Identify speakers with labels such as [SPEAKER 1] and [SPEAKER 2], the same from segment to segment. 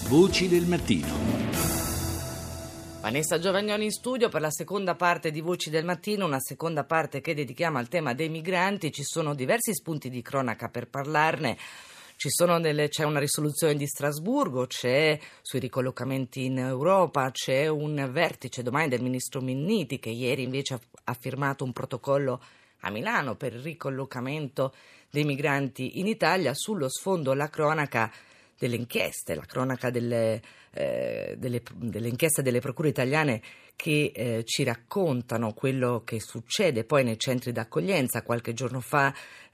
[SPEAKER 1] Voci del mattino.
[SPEAKER 2] Vanessa Giovagnoli in studio per la seconda parte di Voci del Mattino, una seconda parte che dedichiamo al tema dei migranti. Ci sono diversi spunti di cronaca per parlarne. C'è una risoluzione di Strasburgo, c'è sui ricollocamenti in Europa, c'è un vertice domani del ministro Minniti che ieri invece ha firmato un protocollo a Milano per il ricollocamento dei migranti in Italia. Sullo sfondo la cronaca delle inchieste, la cronaca delle inchieste delle procure italiane che ci raccontano quello che succede poi nei centri d'accoglienza. Qualche giorno fa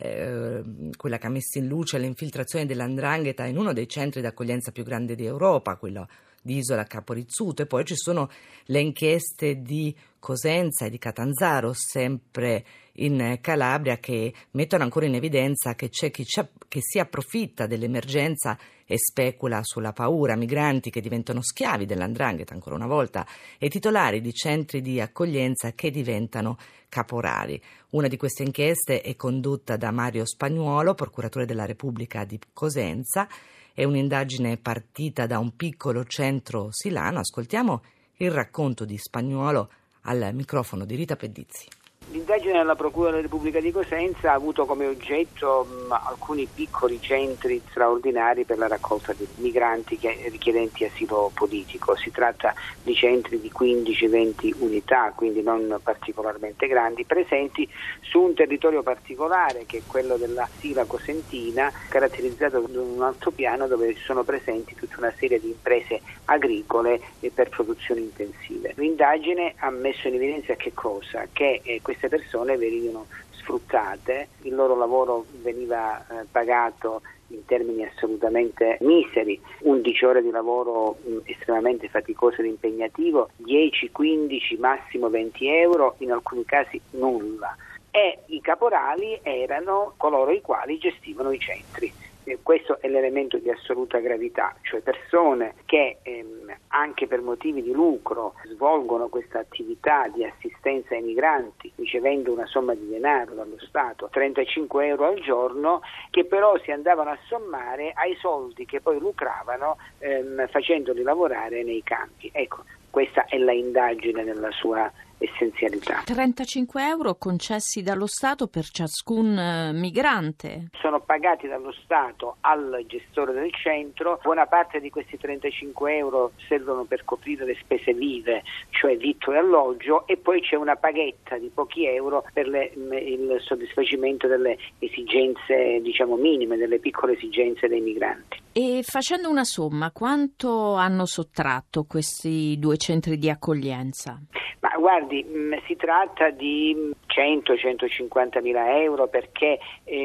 [SPEAKER 2] quella che ha messo in luce le infiltrazioni dell''ndrangheta in uno dei centri d'accoglienza più grandi d'Europa, quello di Isola Capo Rizzuto, e poi ci sono le inchieste di Cosenza e di Catanzaro, sempre in Calabria, che mettono ancora in evidenza che c'è chi si approfitta dell'emergenza e specula sulla paura, migranti che diventano schiavi dell''ndrangheta ancora una volta e titolari di centri di accoglienza che diventano caporali. Una di queste inchieste è condotta da Mario Spagnuolo, procuratore della Repubblica di Cosenza. È un'indagine partita da un piccolo centro silano. Ascoltiamo il racconto di Spagnuolo al microfono di Rita Pedizzi.
[SPEAKER 3] L'indagine della Procura della Repubblica di Cosenza ha avuto come oggetto alcuni piccoli centri straordinari per la raccolta di migranti richiedenti asilo politico. Si tratta di centri di 15-20 unità, quindi non particolarmente grandi, presenti su un territorio particolare che è quello della Sila Cosentina, caratterizzato da un altopiano dove sono presenti tutta una serie di imprese agricole e per produzioni intensive. L'indagine ha messo in evidenza che cosa? Che queste persone venivano sfruttate, il loro lavoro veniva pagato in termini assolutamente miseri, 11 ore di lavoro estremamente faticoso ed impegnativo, 10, 15, massimo 20 euro, in alcuni casi nulla. E i caporali erano coloro i quali gestivano i centri. Questo è l'elemento di assoluta gravità, cioè persone che anche per motivi di lucro svolgono questa attività di assistenza ai migranti ricevendo una somma di denaro dallo Stato, 35 euro al giorno, che però si andavano a sommare ai soldi che poi lucravano facendoli lavorare nei campi. Ecco, questa è la indagine nella sua essenzialità.
[SPEAKER 4] 35 euro concessi dallo Stato per ciascun migrante?
[SPEAKER 3] Sono pagati dallo Stato al gestore del centro. Buona parte di questi 35 euro servono per coprire le spese vive, cioè vitto e alloggio, e poi c'è una paghetta di pochi euro per il soddisfacimento delle esigenze, minime, delle piccole esigenze dei migranti.
[SPEAKER 4] E facendo una somma, quanto hanno sottratto questi due centri di accoglienza?
[SPEAKER 3] Ma guardi, si tratta di 100-150 mila euro, perché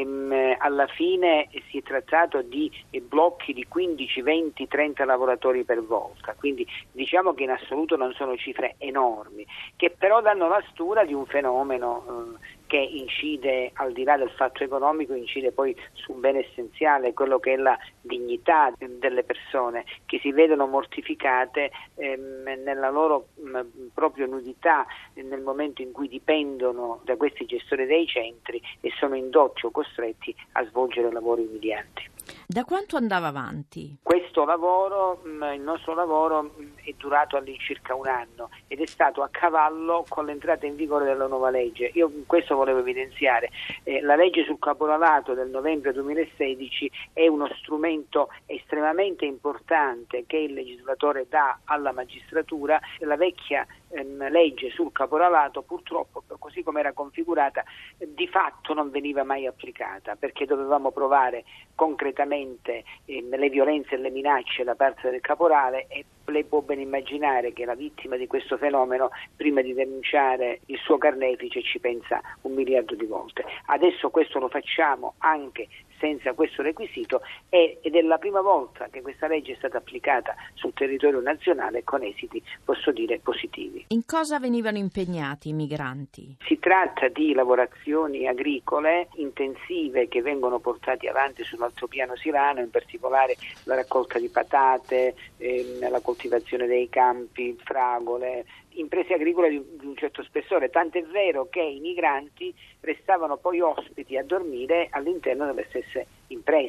[SPEAKER 3] alla fine si è trattato di blocchi di 15, 20, 30 lavoratori per volta, quindi diciamo che in assoluto non sono cifre enormi, che però danno la stura di un fenomeno che incide, al di là del fatto economico, incide poi su un bene essenziale, quello che è la dignità delle persone, che si vedono mortificate nella loro propria nudità nel momento in cui dipendono da questi gestori dei centri e sono indotti o costretti a svolgere lavori umilianti.
[SPEAKER 4] Da quanto andava avanti?
[SPEAKER 3] Questo lavoro, il nostro lavoro, è durato all'incirca un anno ed è stato a cavallo con l'entrata in vigore della nuova legge. Io questo volevo evidenziare. La legge sul caporalato del novembre 2016 è uno strumento estremamente importante che il legislatore dà alla magistratura. La vecchia legge sul caporalato, purtroppo, così come era configurata, di fatto non veniva mai applicata, perché dovevamo provare concretamente le violenze e le minacce da parte del caporale, e lei può ben immaginare che la vittima di questo fenomeno, prima di denunciare il suo carnefice, ci pensa 1 miliardo di volte. Adesso questo lo facciamo anche senza questo requisito ed è la prima volta che questa legge è stata applicata sul territorio nazionale con esiti, posso dire, positivi.
[SPEAKER 4] In cosa venivano impegnati i migranti?
[SPEAKER 3] Si tratta di lavorazioni agricole intensive che vengono portate avanti sull'altopiano silano, in particolare la raccolta di patate, la coltivazione dei campi, fragole, imprese agricole di un certo spessore, tant'è vero che i migranti restavano poi ospiti a dormire all'interno delle stesse imprese.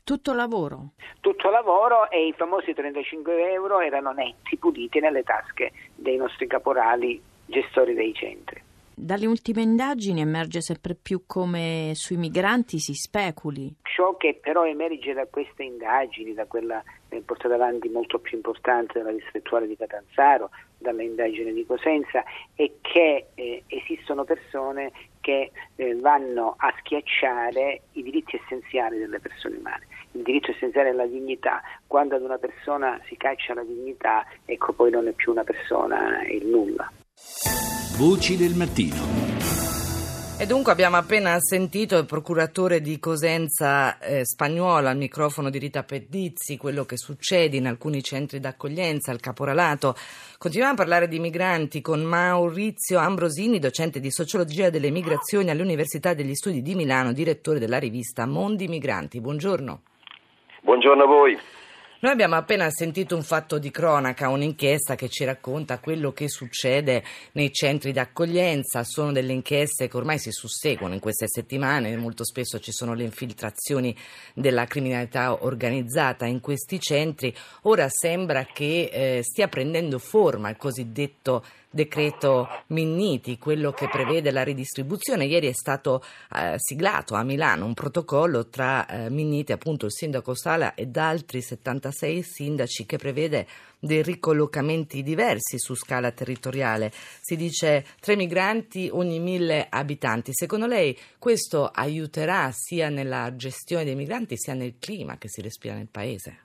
[SPEAKER 4] Tutto lavoro?
[SPEAKER 3] Tutto lavoro, e i famosi 35 euro erano netti, puliti nelle tasche dei nostri caporali gestori dei centri.
[SPEAKER 4] Dalle ultime indagini emerge sempre più come sui migranti si speculi.
[SPEAKER 3] Ciò che però emerge da queste indagini, da quella portata avanti molto più importante della distrettuale di Catanzaro, dalla indagine di Cosenza, è che esistono persone che vanno a schiacciare i diritti essenziali delle persone umane. Il diritto essenziale alla dignità. Quando ad una persona si caccia la dignità, ecco, poi non è più una persona, è il nulla.
[SPEAKER 1] Voci del mattino.
[SPEAKER 2] E dunque abbiamo appena sentito il procuratore di Cosenza Spagnuolo al microfono di Rita Pedizzi, quello che succede in alcuni centri d'accoglienza, al caporalato. Continuiamo a parlare di migranti con Maurizio Ambrosini, docente di sociologia delle migrazioni all'Università degli Studi di Milano, direttore della rivista Mondi Migranti. Buongiorno.
[SPEAKER 5] Buongiorno a voi.
[SPEAKER 2] Noi abbiamo appena sentito un fatto di cronaca, un'inchiesta che ci racconta quello che succede nei centri d'accoglienza. Sono delle inchieste che ormai si susseguono in queste settimane, molto spesso ci sono le infiltrazioni della criminalità organizzata in questi centri. Ora sembra che stia prendendo forma il cosiddetto decreto Minniti, quello che prevede la ridistribuzione. Ieri è stato siglato a Milano un protocollo tra Minniti, appunto il sindaco Sala, ed altri 76 sindaci, che prevede dei ricollocamenti diversi su scala territoriale. Si dice 3 migranti ogni 1000 abitanti. Secondo lei questo aiuterà sia nella gestione dei migranti sia nel clima che si respira nel paese?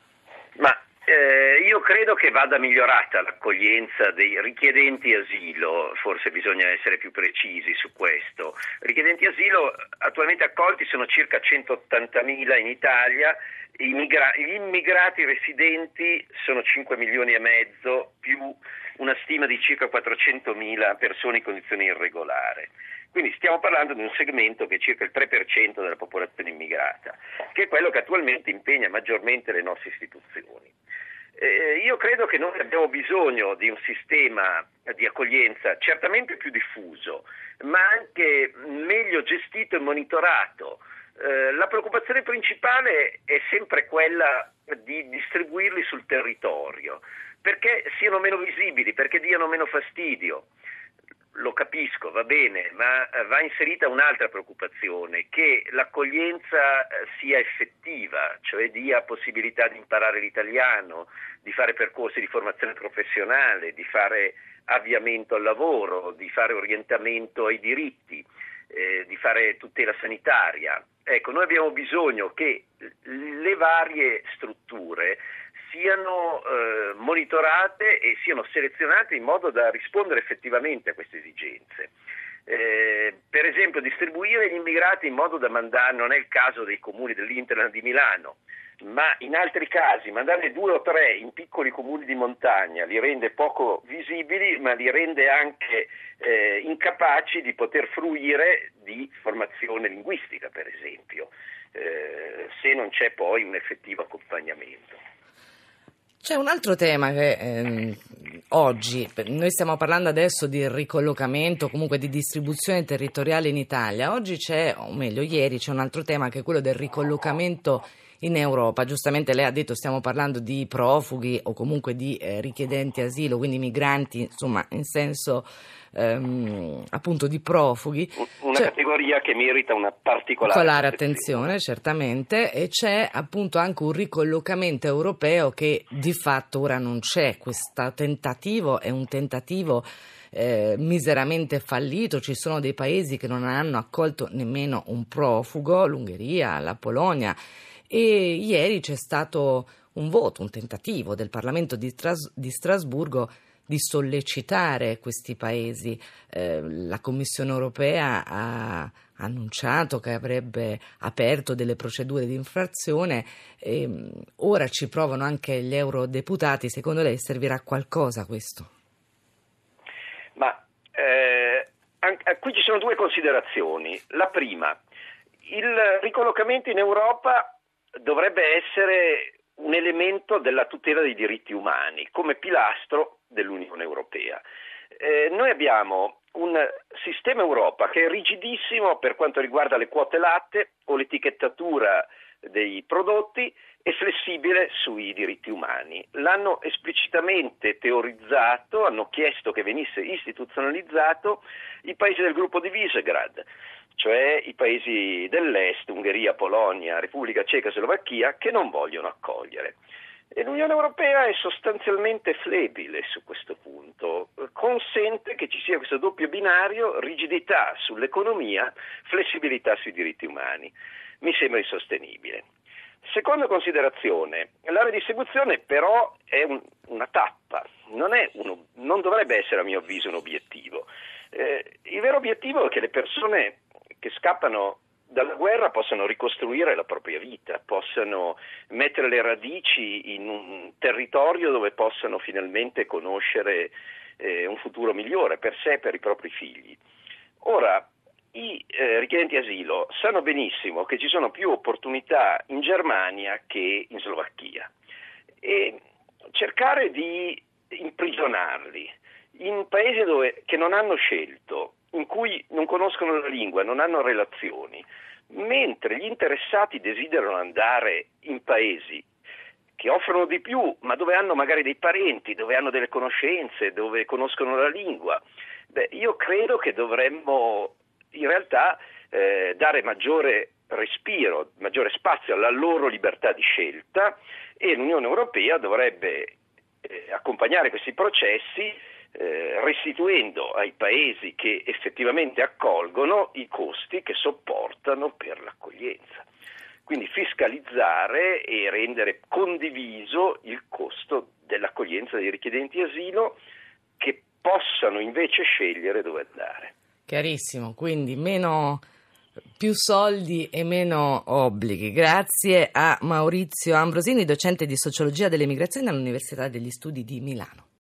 [SPEAKER 5] Io credo che vada migliorata l'accoglienza dei richiedenti asilo, forse bisogna essere più precisi su questo. Richiedenti asilo attualmente accolti sono circa 180.000 in Italia, gli immigrati residenti sono 5 milioni e mezzo, più una stima di circa 400.000 persone in condizioni irregolari. Quindi stiamo parlando di un segmento che è circa il 3% della popolazione immigrata, che è quello che attualmente impegna maggiormente le nostre istituzioni. Io credo che noi abbiamo bisogno di un sistema di accoglienza certamente più diffuso, ma anche meglio gestito e monitorato. La preoccupazione principale è sempre quella di distribuirli sul territorio, perché siano meno visibili, perché diano meno fastidio. Lo capisco, va bene, ma va inserita un'altra preoccupazione, che l'accoglienza sia effettiva, cioè dia possibilità di imparare l'italiano, di fare percorsi di formazione professionale, di fare avviamento al lavoro, di fare orientamento ai diritti, di fare tutela sanitaria. Ecco, noi abbiamo bisogno che le varie strutture siano monitorate e siano selezionate in modo da rispondere effettivamente a queste esigenze. Per esempio, distribuire gli immigrati in modo da mandare, non è il caso dei comuni dell'Interland di Milano, ma in altri casi mandarne 2 o 3 in piccoli comuni di montagna li rende poco visibili, ma li rende anche incapaci di poter fruire di formazione linguistica, per esempio, se non c'è poi un effettivo accompagnamento.
[SPEAKER 2] C'è un altro tema che oggi, noi stiamo parlando adesso di ricollocamento, comunque di distribuzione territoriale in Italia. Oggi c'è, o meglio ieri, c'è un altro tema che è quello del ricollocamento in Europa. Giustamente lei ha detto stiamo parlando di profughi o comunque di richiedenti asilo, quindi migranti, insomma, in senso appunto di profughi.
[SPEAKER 5] Una categoria che merita una particolare
[SPEAKER 2] attenzione, certamente, e c'è appunto anche un ricollocamento europeo che di fatto ora non c'è. Questo tentativo è un tentativo miseramente fallito. Ci sono dei paesi che non hanno accolto nemmeno un profugo, l'Ungheria, la Polonia, e ieri c'è stato un voto, un tentativo del Parlamento di Strasburgo di sollecitare questi paesi. La Commissione europea ha annunciato che avrebbe aperto delle procedure di infrazione e ora ci provano anche gli eurodeputati. Secondo lei servirà a qualcosa questo?
[SPEAKER 5] Ma qui ci sono 2 considerazioni. La prima, il ricollocamento in Europa dovrebbe essere un elemento della tutela dei diritti umani come pilastro dell'Unione Europea. Noi abbiamo un sistema Europa che è rigidissimo per quanto riguarda le quote latte o l'etichettatura dei prodotti e flessibile sui diritti umani. L'hanno esplicitamente teorizzato, hanno chiesto che venisse istituzionalizzato i paesi del gruppo di Visegrad, cioè i paesi dell'est, Ungheria, Polonia, Repubblica Ceca, Slovacchia, che non vogliono accogliere. E l'Unione Europea è sostanzialmente flebile su questo punto, consente che ci sia questo doppio binario, rigidità sull'economia, flessibilità sui diritti umani. Mi sembra insostenibile. Seconda considerazione, la redistribuzione però è una tappa, non dovrebbe essere a mio avviso un obiettivo. Il vero obiettivo è che le persone che scappano dalla guerra possano ricostruire la propria vita, possano mettere le radici in un territorio dove possano finalmente conoscere un futuro migliore per sé e per i propri figli. Ora, i richiedenti asilo sanno benissimo che ci sono più opportunità in Germania che in Slovacchia e cercare di imprigionarli in paesi che non hanno scelto, in cui non conoscono la lingua, non hanno relazioni, mentre gli interessati desiderano andare in paesi che offrono di più, ma dove hanno magari dei parenti, dove hanno delle conoscenze, dove conoscono la lingua. Io credo che dovremmo in realtà dare maggiore respiro, maggiore spazio alla loro libertà di scelta e l'Unione Europea dovrebbe accompagnare questi processi restituendo ai paesi che effettivamente accolgono i costi che sopportano per l'accoglienza. Quindi fiscalizzare e rendere condiviso il costo dell'accoglienza dei richiedenti asilo che possano invece scegliere dove andare.
[SPEAKER 2] Chiarissimo, quindi più soldi e meno obblighi. Grazie a Maurizio Ambrosini, docente di sociologia delle migrazioni all'Università degli Studi di Milano.